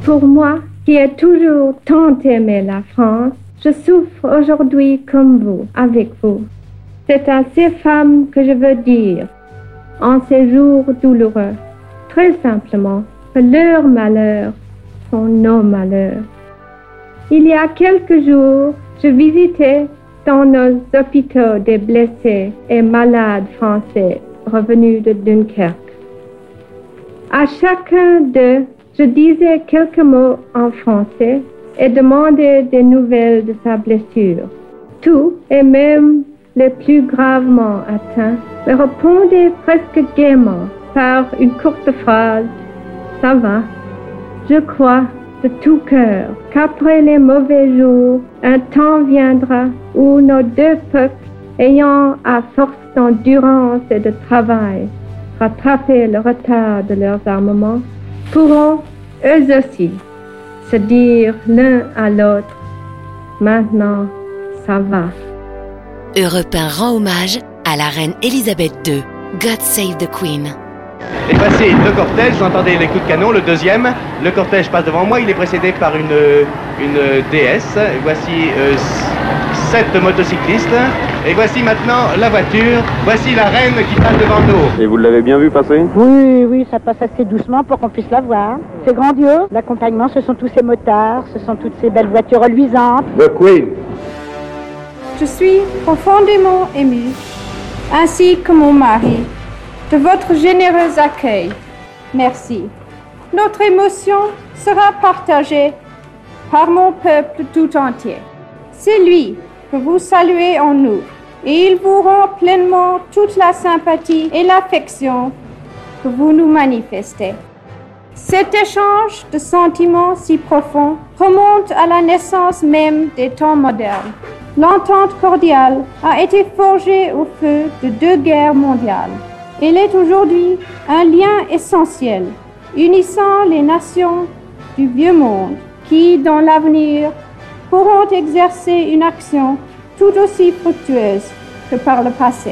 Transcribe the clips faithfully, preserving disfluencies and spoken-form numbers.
Pour moi, qui ai toujours tant aimé la France, je souffre aujourd'hui comme vous, avec vous. C'est à ces femmes que je veux dire, en ces jours douloureux, très simplement, que leurs malheurs sont nos malheurs. Il y a quelques jours, je visitais dans nos hôpitaux des blessés et malades français revenus de Dunkerque. À chacun d'eux, je disais quelques mots en français et demandais des nouvelles de sa blessure. Tous, et même les plus gravement atteints, me répondaient presque gaiement par une courte phrase « Ça va ». Je crois de tout cœur qu'après les mauvais jours, un temps viendra où nos deux peuples, ayant à force d'endurance et de travail rattraper le retard de leurs armements, pourront eux aussi se dire l'un à l'autre « Maintenant, ça va ». Europe un rend hommage à la reine Elisabeth deux. God Save the Queen. Et voici le cortège, vous entendez les coups de canon, le deuxième. Le cortège passe devant moi, il est précédé par une, une déesse. Voici euh, sept motocyclistes. Et voici maintenant la voiture. Voici la reine qui passe devant nous. Et vous l'avez bien vu passer? Oui, oui, ça passe assez doucement pour qu'on puisse la voir. C'est grandiose. L'accompagnement, ce sont tous ces motards, ce sont toutes ces belles voitures reluisantes. The Queen. Je suis profondément émue, ainsi que mon mari, de votre généreux accueil. Merci. Notre émotion sera partagée par mon peuple tout entier. C'est lui que vous saluez en nous, et il vous rend pleinement toute la sympathie et l'affection que vous nous manifestez. Cet échange de sentiments si profonds remonte à la naissance même des temps modernes. L'entente cordiale a été forgée au feu de deux guerres mondiales. Elle est aujourd'hui un lien essentiel, unissant les nations du vieux monde qui, dans l'avenir, pourront exercer une action tout aussi fructueuse que par le passé.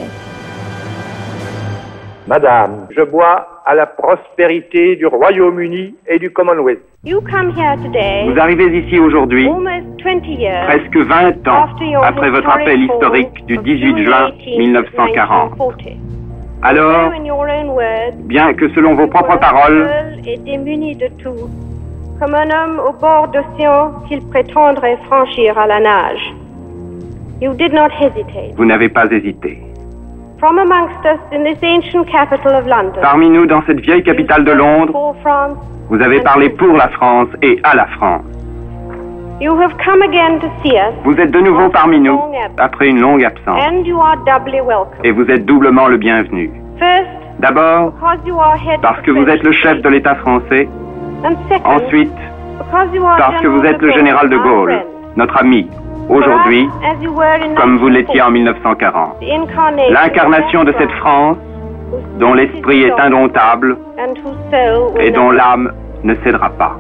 Madame, je bois à la prospérité du Royaume-Uni et du Commonwealth. You come here today, Vous arrivez ici aujourd'hui, years, presque vingt ans après votre appel historique du dix-huit juin mille neuf cent quarante. Alors, bien que selon vos propres paroles, est démuni de tout, comme un homme au bord d'océan qu'il prétendrait franchir à la nage. You did not hesitate. vous n'avez pas hésité. From amongst us in this ancient capital of London, Parmi nous, dans cette vieille capitale de Londres, for France, vous avez parlé pour la France et à la France. you have come again to see us, Vous êtes de nouveau parmi nous, après une longue absence, and you are doubly welcome. et vous êtes doublement le bienvenu. First, D'abord, because you are head parce of que the vous êtes le British chef de l'État français. and second, Ensuite, because you are parce que vous êtes le général de our Gaulle, friend. notre ami, aujourd'hui, As you were in comme vous nineteen l'étiez en forty, mille neuf cent quarante. the incarnation L'incarnation de of cette France, France, dont l'esprit est indomptable and whose soul will et dont never- l'âme ne cédera pas.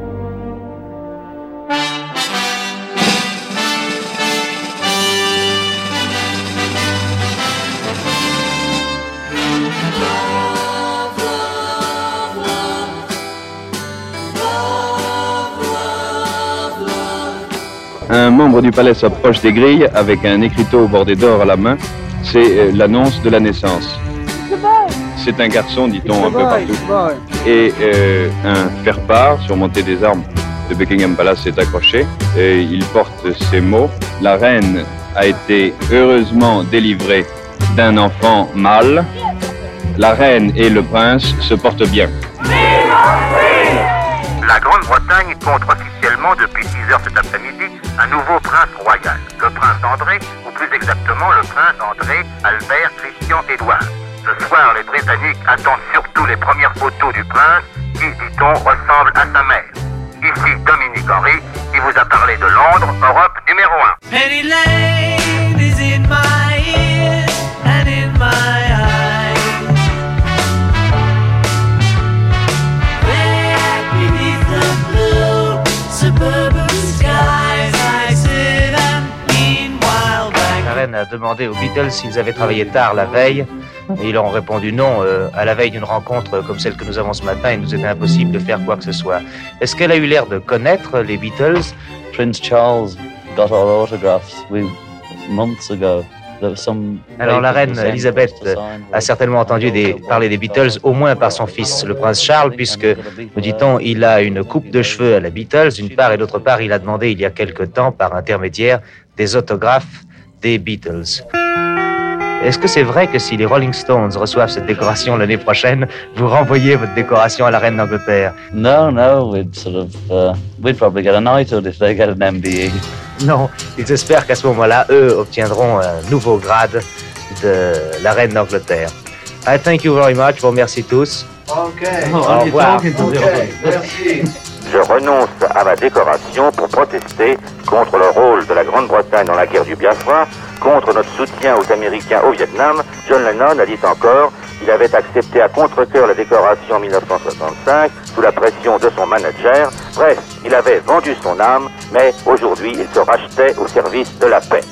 Un membre du palais s'approche des grilles avec un écriteau bordé d'or à la main. C'est euh, l'annonce de la naissance. C'est un garçon, dit-on un peu partout. Et euh, un faire-part surmonté des armes de Buckingham Palace est accroché. Et il porte ces mots. La reine a été heureusement délivrée d'un enfant mâle. La reine et le prince se portent bien. La Grande-Bretagne compte officiellement depuis six heures cet après-midi un nouveau prince royal, le prince André, ou plus exactement le prince André Albert Christian Édouard. Ce soir, les Britanniques attendent surtout les premières photos du prince qui, dit-on, ressemble à sa mère. Ici Dominique Henry qui vous a parlé de Londres, Europe numéro un. Penny Lane is in my ears and in my eyes. There beneath the blue suburban skies I sit and meanwhile back. La reine a demandé aux Beatles s'ils avaient travaillé tard la veille Et ils leur ont répondu non. Euh, à la veille d'une rencontre comme celle que nous avons ce matin, il nous était impossible de faire quoi que ce soit. Est-ce qu'elle a eu l'air de connaître les Beatles? Prince Charles got our autographs we, months ago. Alors la reine Elisabeth a certainement entendu des, parler des Beatles, au moins par son fils, le prince Charles, puisque, nous dit-on, il a une coupe de cheveux à la Beatles, d'une part, et d'autre part, il a demandé il y a quelque temps, par intermédiaire, des autographes des Beatles. Est-ce que c'est vrai que si les Rolling Stones reçoivent cette décoration l'année prochaine, vous renvoyez votre décoration à la reine d'Angleterre? No, no, we'd sort of, uh, we'd probably get a knighthood if they get an M B E. Non, ils espèrent qu'à ce moment-là, eux obtiendront un nouveau grade de la reine d'Angleterre. I thank you very much, je vous remercie tous. Ok, au revoir. Okay. Merci. Je renonce à ma décoration pour protester contre le rôle de la Grande-Bretagne dans la guerre du Biafra, contre notre soutien aux Américains au Vietnam. John Lennon a dit encore qu'il avait accepté à contre-cœur la décoration en mille neuf cent soixante-cinq sous la pression de son manager. Bref, il avait vendu son âme, mais aujourd'hui il se rachetait au service de la paix.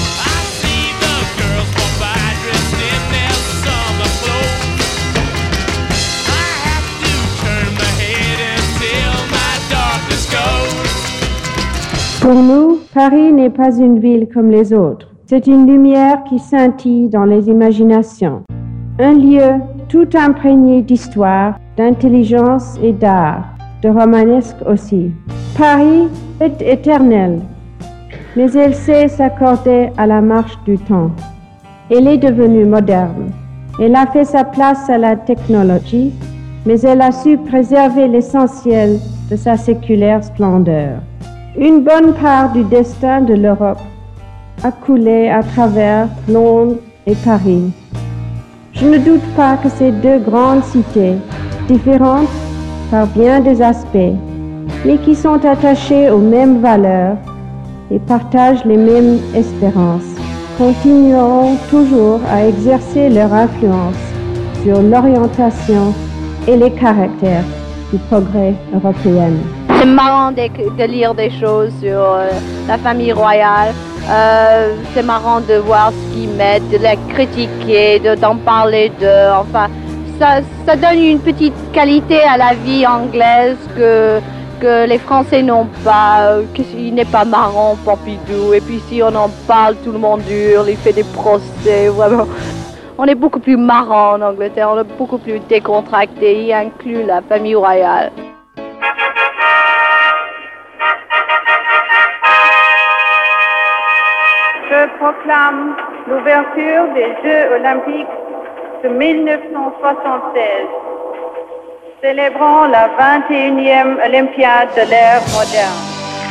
Pour nous, Paris n'est pas une ville comme les autres. C'est une lumière qui scintille dans les imaginations. Un lieu tout imprégné d'histoire, d'intelligence et d'art, de romanesque aussi. Paris est éternelle, mais elle sait s'accorder à la marche du temps. Elle est devenue moderne. Elle a fait sa place à la technologie, mais elle a su préserver l'essentiel de sa séculaire splendeur. Une bonne part du destin de l'Europe a coulé à travers Londres et Paris. Je ne doute pas que ces deux grandes cités, différentes par bien des aspects, mais qui sont attachées aux mêmes valeurs et partagent les mêmes espérances, continueront toujours à exercer leur influence sur l'orientation et les caractères du progrès européen. C'est marrant de, de lire des choses sur euh, la famille royale. Euh, c'est marrant de voir ce qu'ils mettent, de la critiquer, de, d'en parler de. Enfin, ça, ça donne une petite qualité à la vie anglaise que, que les Français n'ont pas. Qu'il n'est pas marrant, Pompidou. Et puis si on en parle, tout le monde hurle, il fait des procès. Vraiment. On est beaucoup plus marrant en Angleterre, on est beaucoup plus décontracté, y inclut la famille royale. Je proclame l'ouverture des Jeux olympiques de mille neuf cent soixante-seize, célébrant la vingt et unième Olympiade de l'ère moderne.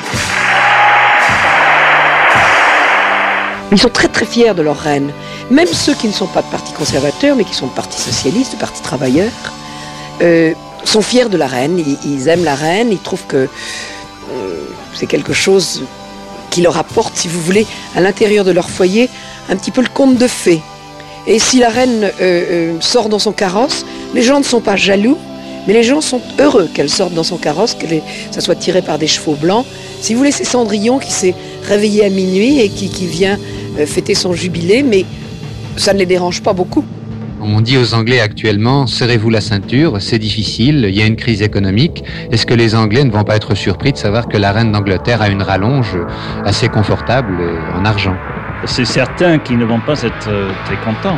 Ils sont très très fiers de leur reine, même ceux qui ne sont pas de parti conservateur, mais qui sont de parti socialiste, de parti travailleur, euh, sont fiers de la reine, ils, ils aiment la reine, ils trouvent que euh, c'est quelque chose qui leur apporte, si vous voulez, à l'intérieur de leur foyer, un petit peu le conte de fées. Et si la reine euh, euh, sort dans son carrosse, les gens ne sont pas jaloux, mais les gens sont heureux qu'elle sorte dans son carrosse, que ça soit tiré par des chevaux blancs. Si vous voulez, c'est Cendrillon qui s'est réveillé à minuit et qui, qui vient euh, fêter son jubilé, mais ça ne les dérange pas beaucoup. On dit aux Anglais actuellement, serrez-vous la ceinture, c'est difficile, il y a une crise économique. Est-ce que les Anglais ne vont pas être surpris de savoir que la reine d'Angleterre a une rallonge assez confortable en argent? C'est certain qu'ils ne vont pas être euh, très contents.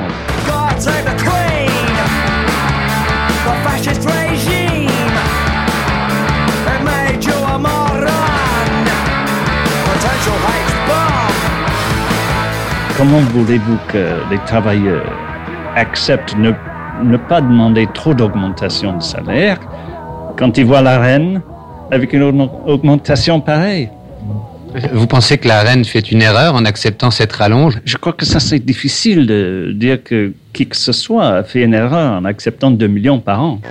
Comment voulez-vous que les travailleurs acceptent de ne, ne pas demander trop d'augmentation de salaire quand ils voient la reine avec une augmentation pareille? Vous pensez que la reine fait une erreur en acceptant cette rallonge? Je crois que ça, c'est difficile de dire que qui que ce soit a fait une erreur en acceptant deux millions par an.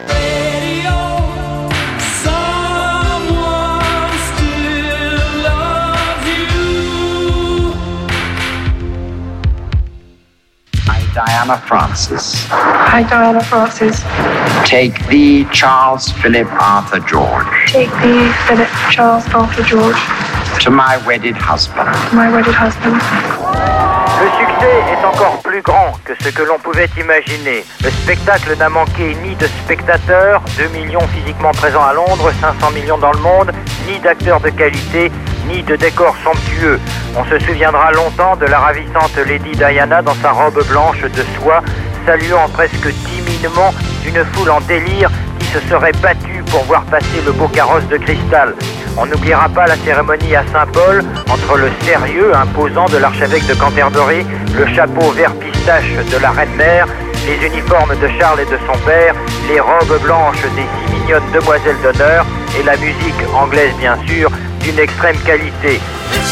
Diana Francis. Hi, Diana Francis. Take thee, Charles Philip Arthur George. Take thee, Philip Charles Arthur George. To my wedded husband. To my wedded husband. Le succès est encore plus grand que ce que l'on pouvait imaginer. Le spectacle n'a manqué ni de spectateurs, deux millions physiquement présents à Londres, cinq cents millions dans le monde, ni d'acteurs de qualité, ni de décors somptueux. On se souviendra longtemps de la ravissante Lady Diana dans sa robe blanche de soie, saluant presque timidement une foule en délire qui se serait battue pour voir passer le beau carrosse de cristal. On n'oubliera pas la cérémonie à Saint-Paul, entre le sérieux imposant de l'archevêque de Canterbury, le chapeau vert pistache de la reine-mère, les uniformes de Charles et de son père, les robes blanches des six mignonnes demoiselles d'honneur et la musique anglaise bien sûr, d'une extrême qualité.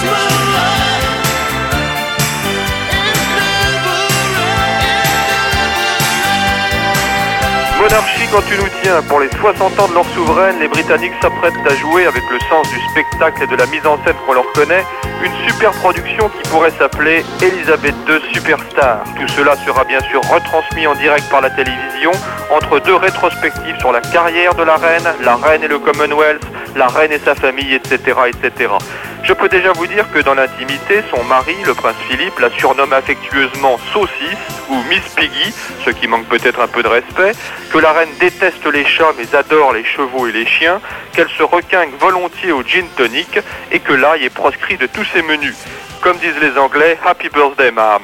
Monarchie, quand tu nous tiens, pour les soixante ans de leur souveraine, les Britanniques s'apprêtent à jouer, avec le sens du spectacle et de la mise en scène qu'on leur connaît, une super production qui pourrait s'appeler Elisabeth deux Superstar. Tout cela sera bien sûr retransmis en direct par la télévision, entre deux rétrospectives sur la carrière de la reine, la reine et le Commonwealth, la reine et sa famille, et cetera, et cetera. Je peux déjà vous dire que dans l'intimité, son mari, le prince Philippe, la surnomme affectueusement Saucisse ou Miss Piggy, ce qui manque peut-être un peu de respect, que la reine déteste les chats mais adore les chevaux et les chiens, qu'elle se requinque volontiers au gin tonic et que l'ail est proscrit de tous ses menus. Comme disent les Anglais, Happy Birthday, ma'am.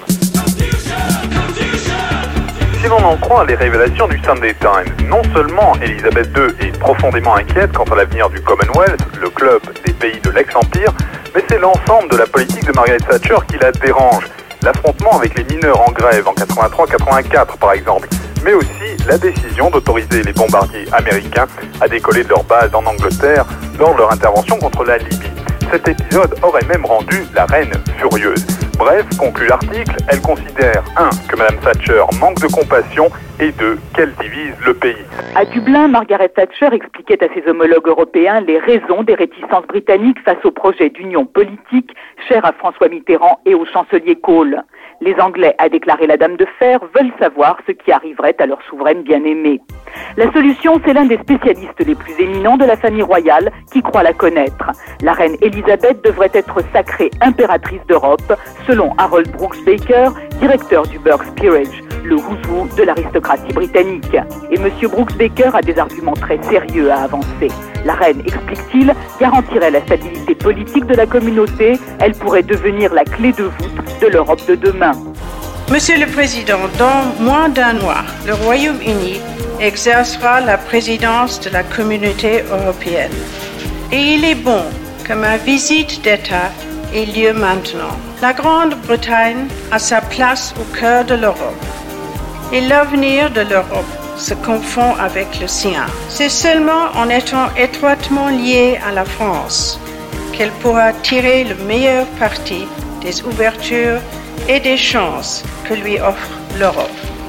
Si l'on en croit les révélations du Sunday Times, non seulement Elisabeth deux est profondément inquiète quant à l'avenir du Commonwealth, le club des pays de l'ex-empire, mais c'est l'ensemble de la politique de Margaret Thatcher qui la dérange. L'affrontement avec les mineurs en grève en quatre-vingt-trois quatre-vingt-quatre par exemple, mais aussi la décision d'autoriser les bombardiers américains à décoller de leur base en Angleterre lors de leur intervention contre la Libye. Cet épisode aurait même rendu la reine furieuse. Bref, conclut l'article, elle considère un que Madame Thatcher manque de compassion et deux qu'elle divise le pays. À Dublin, Margaret Thatcher expliquait à ses homologues européens les raisons des réticences britanniques face au projet d'union politique cher à François Mitterrand et au chancelier Kohl. Les Anglais, a déclaré la Dame de Fer, veulent savoir ce qui arriverait à leur souveraine bien-aimée. La solution, c'est l'un des spécialistes les plus éminents de la famille royale qui croit la connaître. La reine Elisabeth devrait être sacrée impératrice d'Europe, selon Harold Brooks Baker, directeur du Burke's Peerage, le who's who de l'aristocratie britannique. Et M. Brooks Baker a des arguments très sérieux à avancer. La reine, explique-t-il, garantirait la stabilité politique de la communauté. Elle pourrait devenir la clé de voûte de l'Europe de demain. Monsieur le Président, dans moins d'un mois, le Royaume-Uni exercera la présidence de la Communauté européenne. Et il est bon que ma visite d'État ait lieu maintenant. La Grande-Bretagne a sa place au cœur de l'Europe. Et l'avenir de l'Europe se confond avec le sien. C'est seulement en étant étroitement liée à la France qu'elle pourra tirer le meilleur parti des ouvertures et des chances que lui offre l'Europe.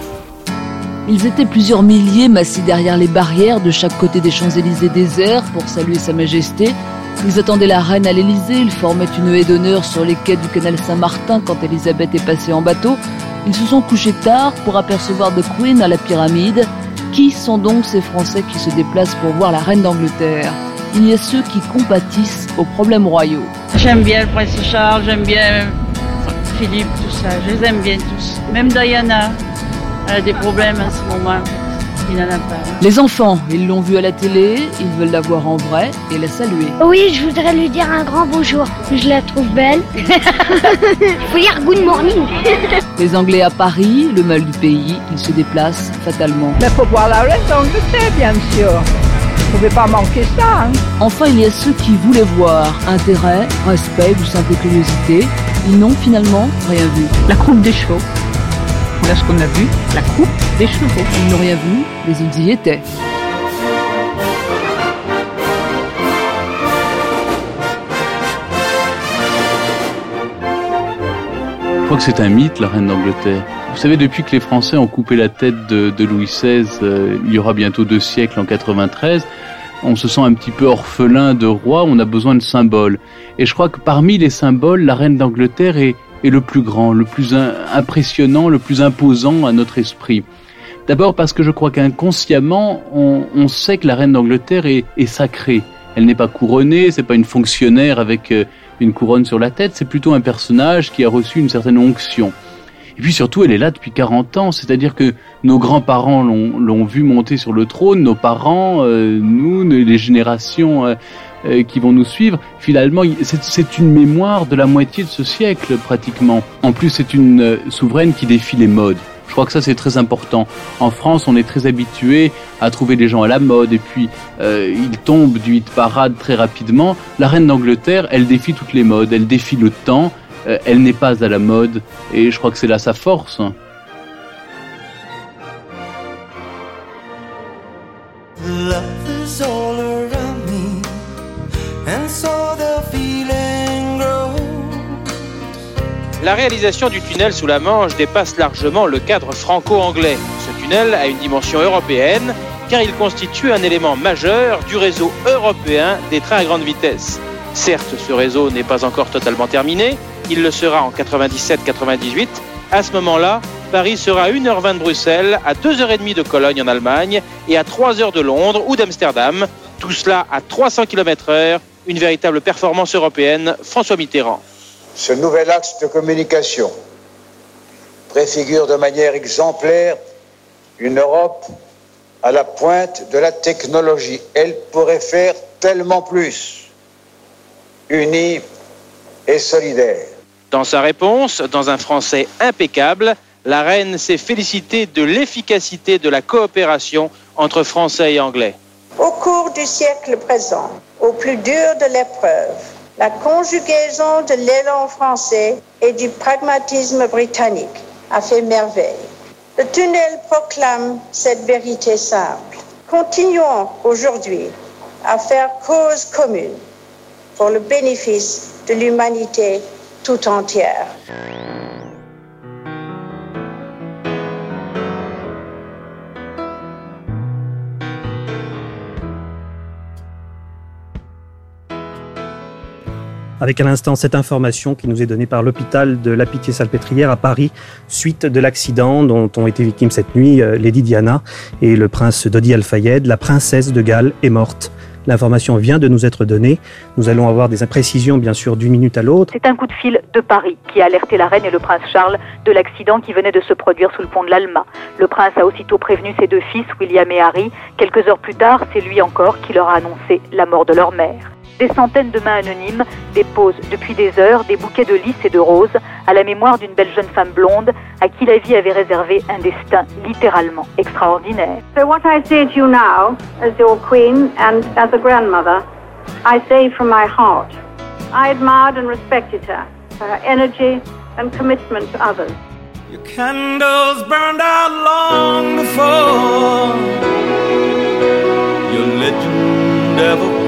Ils étaient plusieurs milliers massés derrière les barrières de chaque côté des Champs-Élysées déserts pour saluer Sa Majesté. Ils attendaient la reine à l'Élysée, ils formaient une haie d'honneur sur les quais du canal Saint-Martin quand Elisabeth est passée en bateau. Ils se sont couchés tard pour apercevoir The Queen à la pyramide. Qui sont donc ces Français qui se déplacent pour voir la reine d'Angleterre ? Il y a ceux qui compatissent aux problèmes royaux. J'aime bien le prince Charles, j'aime bien Philippe, tout ça. Je les aime bien tous. Même Diana, elle a des problèmes à ce moment. Il n'en a pas. Les enfants, ils l'ont vue à la télé, ils veulent la voir en vrai et la saluer. Oui, je voudrais lui dire un grand bonjour. Je la trouve belle. Faut dire good morning. Les Anglais à Paris, le mal du pays, ils se déplacent fatalement. Mais faut voir la reine d'Angleterre, bien sûr. Vous ne pouvez pas manquer ça. Hein. Enfin, il y a ceux qui voulaient voir. Intérêt, respect ou simple curiosité. Ils n'ont finalement rien vu. La coupe des chevaux. Voilà ce qu'on a vu, la coupe des chevaux. Ils n'ont rien vu, mais ils y étaient. Je crois que c'est un mythe, la reine d'Angleterre. Vous savez, depuis que les Français ont coupé la tête de, de Louis seize, euh, il y aura bientôt deux siècles, en quatre-vingt-treize, on se sent un petit peu orphelin de roi, on a besoin de symboles. Et je crois que parmi les symboles, la reine d'Angleterre est, est le plus grand, le plus impressionnant, le plus imposant à notre esprit. D'abord parce que je crois qu'inconsciemment, on, on sait que la reine d'Angleterre est, est sacrée. Elle n'est pas couronnée, c'est pas une fonctionnaire avec une couronne sur la tête, c'est plutôt un personnage qui a reçu une certaine onction. Et puis surtout, elle est là depuis quarante ans, c'est-à-dire que nos grands-parents l'ont, l'ont vu monter sur le trône, nos parents, euh, nous, les générations euh, euh, qui vont nous suivre. Finalement, c'est, c'est une mémoire de la moitié de ce siècle, pratiquement. En plus, c'est une euh, souveraine qui défie les modes. Je crois que ça, c'est très important. En France, on est très habitué à trouver des gens à la mode, et puis euh, ils tombent du hit parade très rapidement. La reine d'Angleterre, elle défie toutes les modes, elle défie le temps, euh, elle n'est pas à la mode, et je crois que c'est là sa force. Love is all around me, and so the feeling grows. La réalisation du tunnel sous la Manche dépasse largement le cadre franco-anglais. Ce tunnel a une dimension européenne car il constitue un élément majeur du réseau européen des trains à grande vitesse. Certes, ce réseau n'est pas encore totalement terminé, il le sera en quatre-vingt-dix-sept quatre-vingt-dix-huit. À ce moment-là, Paris sera à une heure vingt de Bruxelles, à deux heures trente de Cologne en Allemagne et à trois heures de Londres ou d'Amsterdam. Tout cela à trois cents kilomètres heure, une véritable performance européenne, François Mitterrand. Ce nouvel axe de communication préfigure de manière exemplaire une Europe à la pointe de la technologie. Elle pourrait faire tellement plus, unie et solidaire. Dans sa réponse, dans un français impeccable, la reine s'est félicitée de l'efficacité de la coopération entre Français et Anglais. Au cours du siècle présent, au plus dur de l'épreuve, la conjugaison de l'élan français et du pragmatisme britannique a fait merveille. Le tunnel proclame cette vérité simple. Continuons aujourd'hui à faire cause commune pour le bénéfice de l'humanité tout entière. Avec à l'instant cette information qui nous est donnée par l'hôpital de la Pitié-Salpêtrière à Paris, suite de l'accident dont ont été victimes cette nuit euh, Lady Diana et le prince Dodi Al-Fayed. La princesse de Galles est morte. L'information vient de nous être donnée. Nous allons avoir des imprécisions, bien sûr, d'une minute à l'autre. C'est un coup de fil de Paris qui a alerté la reine et le prince Charles de l'accident qui venait de se produire sous le pont de l'Alma. Le prince a aussitôt prévenu ses deux fils, William et Harry. Quelques heures plus tard, c'est lui encore qui leur a annoncé la mort de leur mère. Des centaines de mains anonymes déposent depuis des heures des bouquets de lys et de roses à la mémoire d'une belle jeune femme blonde à qui la vie avait réservé un destin littéralement extraordinaire. So what I say to you now, as your queen and as a grandmother, I say from my heart, I admired and respected her for her energy and commitment to others. Your candles burned out long before your legend ever will.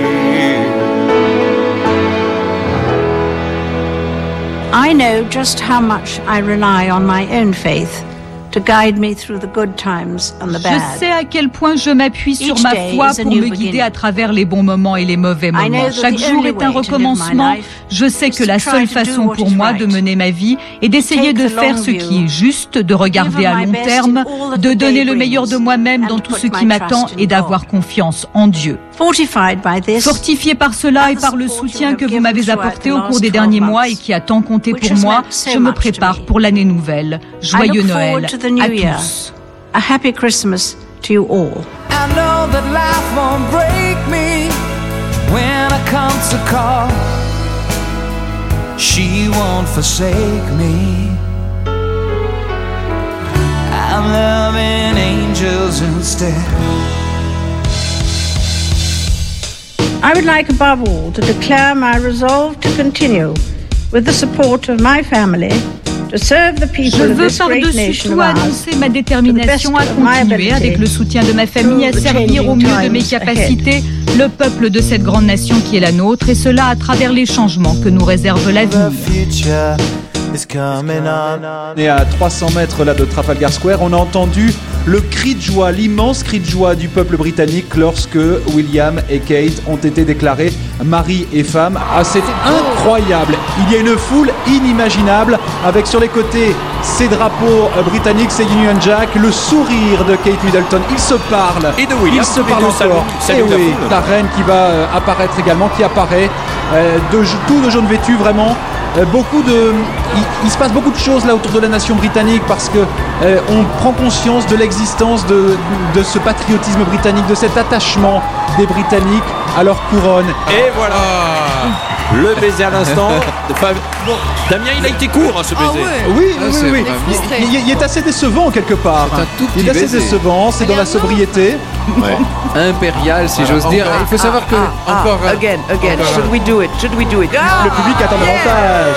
I know just how much I rely on my own faith to guide me through the good times and the bad. Je sais à quel point je m'appuie sur ma foi pour me guider à travers les bons moments et les mauvais moments. Chaque jour est un recommencement. Je sais que la seule façon pour moi de mener ma vie est d'essayer de faire ce qui est juste, de regarder à long terme, de donner le meilleur de moi-même dans tout ce qui m'attend et d'avoir confiance en Dieu. Fortifié par cela et par le soutien que vous m'avez apporté au cours des derniers mois et qui a tant compté pour moi, je me prépare pour l'année nouvelle. Joyeux Noël à tous. A happy Christmas to you all. I know that life won't break me when I come to call. She won't forsake me. I'm loving angels instead. I would like above all to declare my resolve to continue with the support of my family. Je veux par-dessus tout annoncer ma détermination à continuer, avec le soutien de ma famille, à servir au mieux de mes capacités le peuple de cette grande nation qui est la nôtre, et cela à travers les changements que nous réserve l'avenir. Et à trois cents mètres là de Trafalgar Square, on a entendu le cri de joie, l'immense cri de joie du peuple britannique lorsque William et Kate ont été déclarés mari et femme. Ah, c'est incroyable. Il y a une foule inimaginable avec sur les côtés ces drapeaux britanniques, ces Union Jack, le sourire de Kate Middleton. Ils se parlent. Et de William. Ils se parlent encore. Et oui, la reine qui va apparaître également, qui apparaît, euh, de, tout de jaune vêtu vraiment. Euh, beaucoup de il, il se passe beaucoup de choses là autour de la nation britannique parce que euh, on prend conscience de l'existence de, de ce patriotisme britannique, de cet attachement des Britanniques à leur couronne. Et voilà. Le baiser à l'instant. Bon, Damien, il a été court, hein, ce baiser. Ah ouais. Oui, oui, oui. oui. Il, il, il est assez décevant quelque part. C'est un tout petit il est assez baiser. décevant, c'est dans la sobriété. Ouais. Impérial, si j'ose dire. Il faut savoir que Ah, encore. ah, again, again. encore Should we do it? Should we do it? Ah, Le public attend davantage.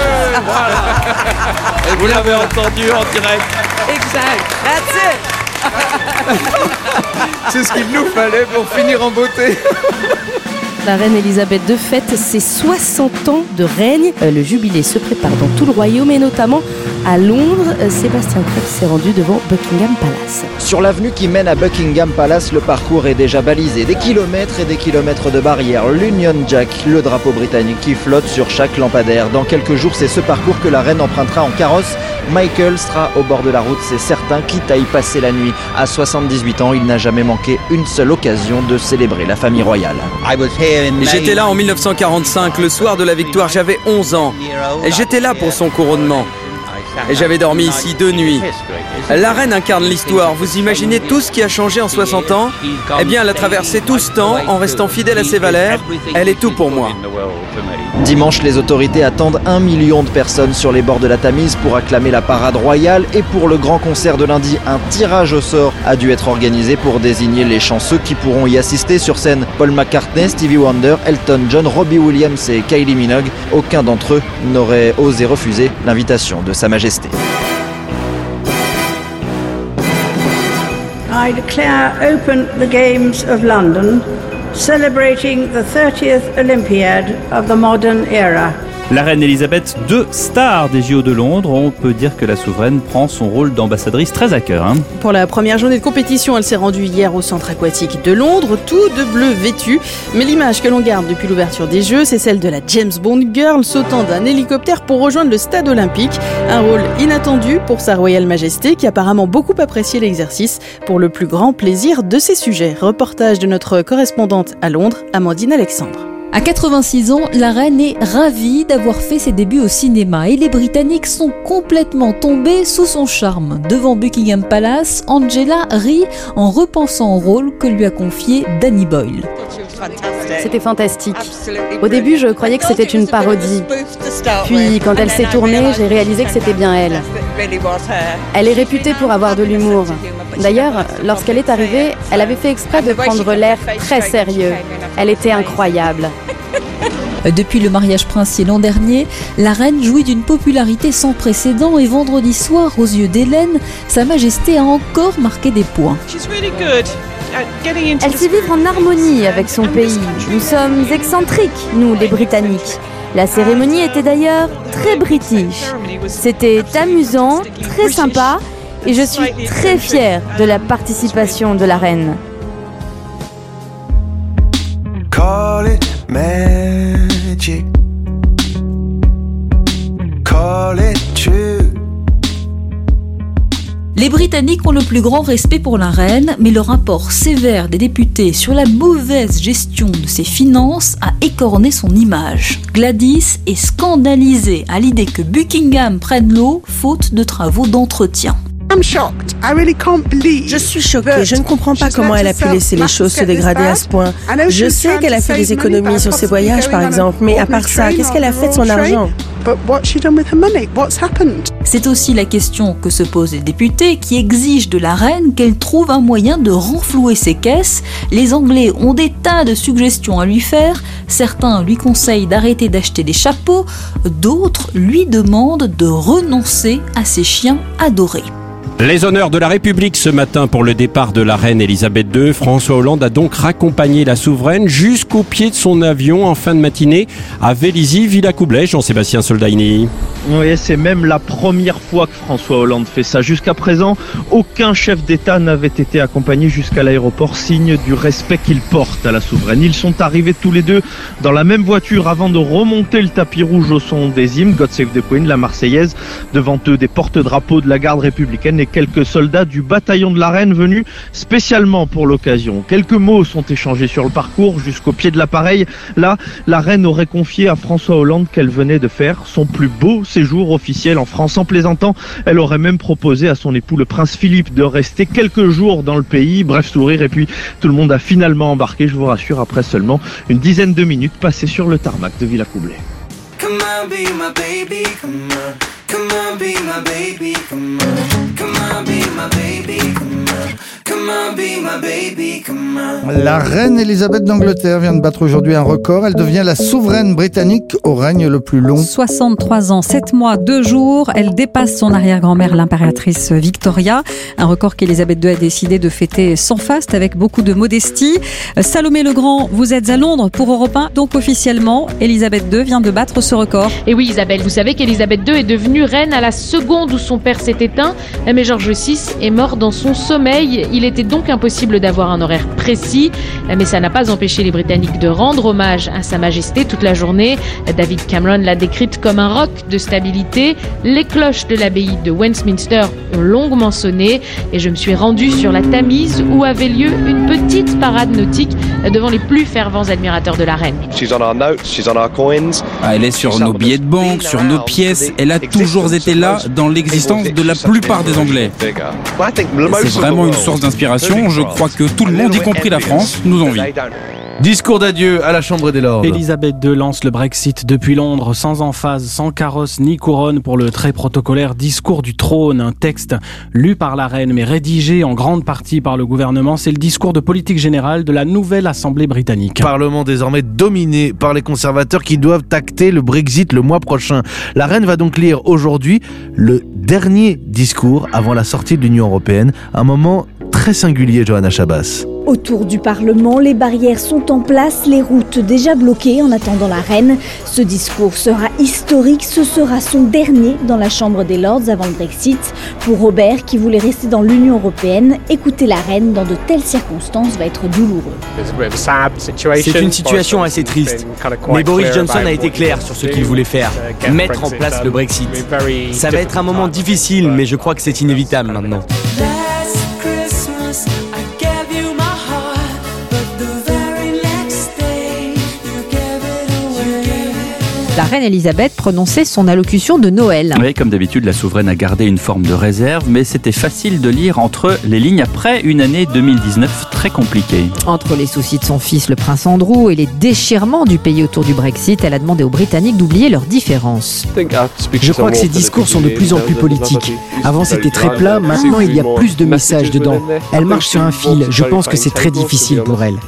Et vous l'avez entendu en direct. exact. That's it. C'est ce qu'il nous fallait pour finir en beauté. La reine Elisabeth deux fête ses soixante ans de règne. Euh, Le jubilé se prépare dans tout le royaume et notamment à Londres. Euh, Sébastien Krebs s'est rendu devant Buckingham Palace. Sur l'avenue qui mène à Buckingham Palace, le parcours est déjà balisé. Des kilomètres et des kilomètres de barrières. L'Union Jack, le drapeau britannique qui flotte sur chaque lampadaire. Dans quelques jours, c'est ce parcours que la reine empruntera en carrosse. Michael sera au bord de la route, c'est certain, quitte à y passer la nuit. À soixante-dix-huit ans, il n'a jamais manqué une seule occasion de célébrer la famille royale. J'étais là en mille neuf cent quarante-cinq, le soir de la victoire, j'avais onze ans. Et j'étais là pour son couronnement. Et j'avais dormi ici deux nuits. La reine incarne l'histoire. Vous imaginez tout ce qui a changé en soixante ans? Eh bien, elle a traversé tout ce temps en restant fidèle à ses valeurs. Elle est tout pour moi. Dimanche, les autorités attendent un million de personnes sur les bords de la Tamise pour acclamer la parade royale. Et pour le grand concert de lundi, un tirage au sort a dû être organisé pour désigner les chanceux qui pourront y assister sur scène. Paul McCartney, Stevie Wonder, Elton John, Robbie Williams et Kylie Minogue. Aucun d'entre eux n'aurait osé refuser l'invitation de Sa Majesté. I declare open the Games of London, celebrating the thirtieth Olympiad of the modern era. La reine Elisabeth deux, star des J O de Londres, on peut dire que la souveraine prend son rôle d'ambassadrice très à cœur. Hein. Pour la première journée de compétition, elle s'est rendue hier au centre aquatique de Londres, tout de bleu vêtu. Mais l'image que l'on garde depuis l'ouverture des Jeux, c'est celle de la James Bond girl sautant d'un hélicoptère pour rejoindre le stade olympique. Un rôle inattendu pour sa royale majesté qui a apparemment beaucoup apprécié l'exercice pour le plus grand plaisir de ses sujets. Reportage de notre correspondante à Londres, Amandine Alexandre. À quatre-vingt-six ans, la reine est ravie d'avoir fait ses débuts au cinéma et les Britanniques sont complètement tombés sous son charme. Devant Buckingham Palace, Angela rit en repensant au rôle que lui a confié Danny Boyle. C'était fantastique. Au début, je croyais que c'était une parodie. Puis, quand elle s'est tournée, j'ai réalisé que c'était bien elle. Elle est réputée pour avoir de l'humour. D'ailleurs, lorsqu'elle est arrivée, elle avait fait exprès de prendre l'air très sérieux. Elle était incroyable. Depuis le mariage princier l'an dernier, la reine jouit d'une popularité sans précédent et vendredi soir, aux yeux d'Hélène, Sa Majesté a encore marqué des points. Elle sait vivre en harmonie avec son pays. Nous sommes excentriques, nous les Britanniques. La cérémonie était d'ailleurs très british. C'était amusant, très sympa, et je suis très fière de la participation de la reine. Call it magic. Call it true. Les Britanniques ont le plus grand respect pour la reine, mais le rapport sévère des députés sur la mauvaise gestion de ses finances a écorné son image. Gladys est scandalisée à l'idée que Buckingham prenne l'eau faute de travaux d'entretien. Je suis choquée. Je ne comprends pas comment elle a pu laisser les choses se dégrader à ce point. Je sais qu'elle a fait des économies sur ses voyages, par exemple, mais à part ça, qu'est-ce qu'elle a fait de son argent? C'est aussi la question que se posent les députés qui exigent de la reine qu'elle trouve un moyen de renflouer ses caisses. Les Anglais ont des tas de suggestions à lui faire. Certains lui conseillent d'arrêter d'acheter des chapeaux, d'autres lui demandent de renoncer à ses chiens adorés. Les honneurs de la République ce matin pour le départ de la reine Elisabeth deux. François Hollande a donc raccompagné la souveraine jusqu'au pied de son avion en fin de matinée à Vélizy-Villacoublay. Jean-Sébastien Soldaini. Oui, c'est même la première fois que François Hollande fait ça. Jusqu'à présent, aucun chef d'État n'avait été accompagné jusqu'à l'aéroport, signe du respect qu'il porte à la souveraine. Ils sont arrivés tous les deux dans la même voiture avant de remonter le tapis rouge au son des hymnes, God Save the Queen, la Marseillaise, devant eux des porte-drapeaux de la garde républicaine et quelques soldats du bataillon de la Reine venus spécialement pour l'occasion. Quelques mots sont échangés sur le parcours jusqu'au pied de l'appareil. Là, la Reine aurait confié à François Hollande qu'elle venait de faire son plus beau séjour officiel en France. En plaisantant, elle aurait même proposé à son époux le prince Philippe de rester quelques jours dans le pays. Bref sourire, et puis tout le monde a finalement embarqué, je vous rassure, après seulement une dizaine de minutes passées sur le tarmac de Villacoublay. Come on, be my baby, come on. Come on, be my baby, come on. Come on, be my baby, come on. Come on, be my baby, come on. La reine Elisabeth d'Angleterre vient de battre aujourd'hui un record. Elle devient la souveraine britannique au règne le plus long. soixante-trois ans, sept mois, deux jours. Elle dépasse son arrière-grand-mère, l'impératrice Victoria. Un record qu'Elisabeth deux a décidé de fêter sans faste, avec beaucoup de modestie. Salomé Legrand, vous êtes à Londres pour Europe un. Donc officiellement, Elisabeth deux vient de battre ce record. Et oui Isabelle, vous savez qu'Elisabeth deux est devenue reine à la seconde où son père s'est éteint. Mais George six est mort dans son sommeil. Il était donc impossible d'avoir un horaire précis. Mais ça n'a pas empêché les Britanniques de rendre hommage à Sa Majesté toute la journée. David Cameron l'a décrite comme un roc de stabilité. Les cloches de l'abbaye de Westminster ont longuement sonné. Et je me suis rendue sur la Tamise où avait lieu une petite parade nautique devant les plus fervents admirateurs de la reine. Elle est sur nos billets de banque, sur nos pièces. Elle a toujours été là dans l'existence de la plupart des Anglais. C'est vraiment une source d'inspiration. Je crois que tout le monde, y compris la France, nous envie. Discours d'adieu à la Chambre des Lords. Elisabeth deux lance le Brexit depuis Londres, sans emphase, sans carrosse ni couronne, pour le très protocolaire discours du trône, un texte lu par la reine mais rédigé en grande partie par le gouvernement. C'est le discours de politique générale de la nouvelle Assemblée britannique. Parlement désormais dominé par les conservateurs qui doivent acter le Brexit le mois prochain. La reine va donc lire aujourd'hui le dernier discours avant la sortie de l'Union européenne, un moment très singulier, Johanna Chabas. Autour du Parlement, les barrières sont en place, les routes déjà bloquées en attendant la reine. Ce discours sera historique, ce sera son dernier dans la Chambre des Lords avant le Brexit. Pour Robert, qui voulait rester dans l'Union européenne, écouter la reine dans de telles circonstances va être douloureux. C'est une situation assez triste, mais Boris Johnson a été clair sur ce qu'il voulait faire, mettre en place le Brexit. Ça va être un moment difficile, mais je crois que c'est inévitable maintenant. La reine Elisabeth prononçait son allocution de Noël. Oui, comme d'habitude, la souveraine a gardé une forme de réserve, mais c'était facile de lire entre les lignes après une année deux mille dix-neuf très compliquée. Entre les soucis de son fils, le prince Andrew, et les déchirements du pays autour du Brexit, elle a demandé aux Britanniques d'oublier leurs différences. Je crois que ces discours sont de plus en plus politiques. Avant c'était très plat, maintenant il y a plus de messages dedans. Elle marche sur un fil, je pense que c'est très difficile pour elle.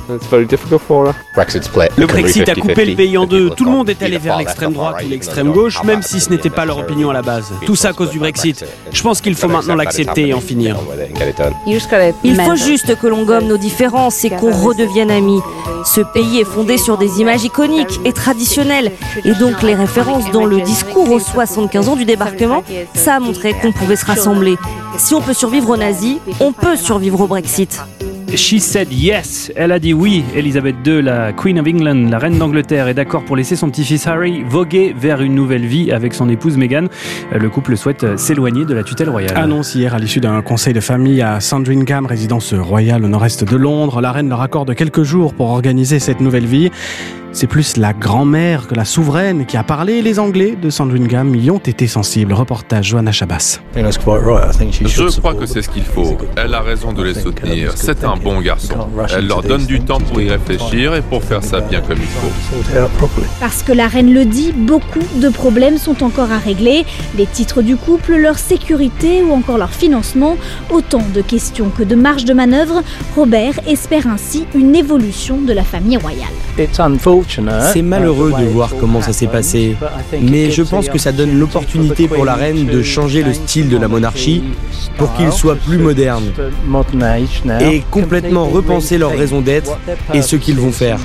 Le Brexit a coupé le pays en deux. Tout le monde est allé vers l'extrême droite ou l'extrême gauche, même si ce n'était pas leur opinion à la base. Tout ça à cause du Brexit. Je pense qu'il faut maintenant l'accepter et en finir. Il faut juste que l'on gomme nos différences et qu'on redevienne amis. Ce pays est fondé sur des images iconiques et traditionnelles. Et donc les références dans le discours aux soixante-quinze ans du débarquement, ça a montré qu'on pouvait se rassembler. Si on peut survivre aux nazis, on peut survivre au Brexit. She said yes. Elle a dit oui. Elisabeth deux, la Queen of England, la reine d'Angleterre, est d'accord pour laisser son petit-fils Harry voguer vers une nouvelle vie avec son épouse Meghan. Le couple souhaite s'éloigner de la tutelle royale. Annonce hier à l'issue d'un conseil de famille à Sandringham, résidence royale au nord-est de Londres. La reine leur accorde quelques jours pour organiser cette nouvelle vie. C'est plus la grand-mère que la souveraine qui a parlé. Les Anglais de Sandringham y ont été sensibles. Reportage Johanna Chabas. Je crois que c'est ce qu'il faut. Elle a raison de les soutenir. C'est un bon garçon. Elle leur donne du temps pour y réfléchir et pour faire ça bien comme il faut. Parce que la reine le dit, beaucoup de problèmes sont encore à régler. Les titres du couple, leur sécurité ou encore leur financement. Autant de questions que de marge de manœuvre. Robert espère ainsi une évolution de la famille royale. C'est malheureux de voir comment ça s'est passé, mais je pense que ça donne l'opportunité pour la reine de changer le style de la monarchie pour qu'il soit plus moderne et complètement repenser leur raison d'être et ce qu'ils vont faire.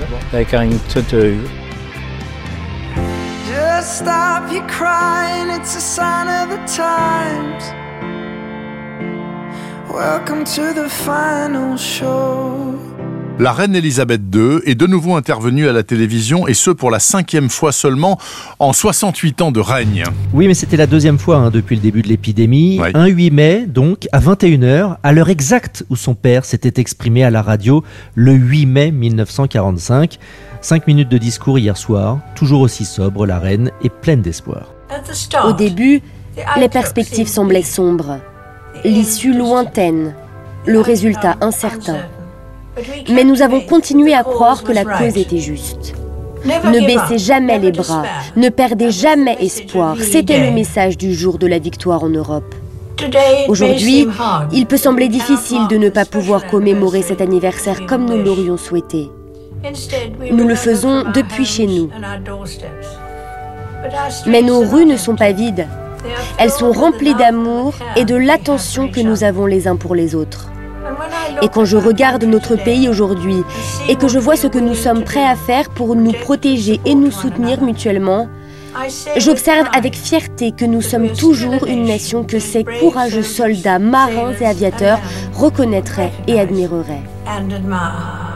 Just stop your crying, it's a sign of the times. Welcome to the final show. La reine Elisabeth deux est de nouveau intervenue à la télévision et ce pour la cinquième fois seulement en soixante-huit ans de règne. Oui, mais c'était la deuxième fois hein, depuis le début de l'épidémie. Oui. Un huit mai, donc, à vingt et une heures, à l'heure exacte où son père s'était exprimé à la radio le huit mai mille neuf cent quarante-cinq. Cinq minutes de discours hier soir, toujours aussi sobre, la reine est pleine d'espoir. Au début, les perspectives semblaient sombres, l'issue lointaine, le résultat incertain. Mais nous avons continué à croire que la cause était juste. Ne baissez jamais les bras, ne perdez jamais espoir. C'était le message du jour de la victoire en Europe. Aujourd'hui, il peut sembler difficile de ne pas pouvoir commémorer cet anniversaire comme nous l'aurions souhaité. Nous le faisons depuis chez nous. Mais nos rues ne sont pas vides. Elles sont remplies d'amour et de l'attention que nous avons les uns pour les autres. Et quand je regarde notre pays aujourd'hui et que je vois ce que nous sommes prêts à faire pour nous protéger et nous soutenir mutuellement, j'observe avec fierté que nous sommes toujours une nation que ces courageux soldats, marins et aviateurs reconnaîtraient et admireraient.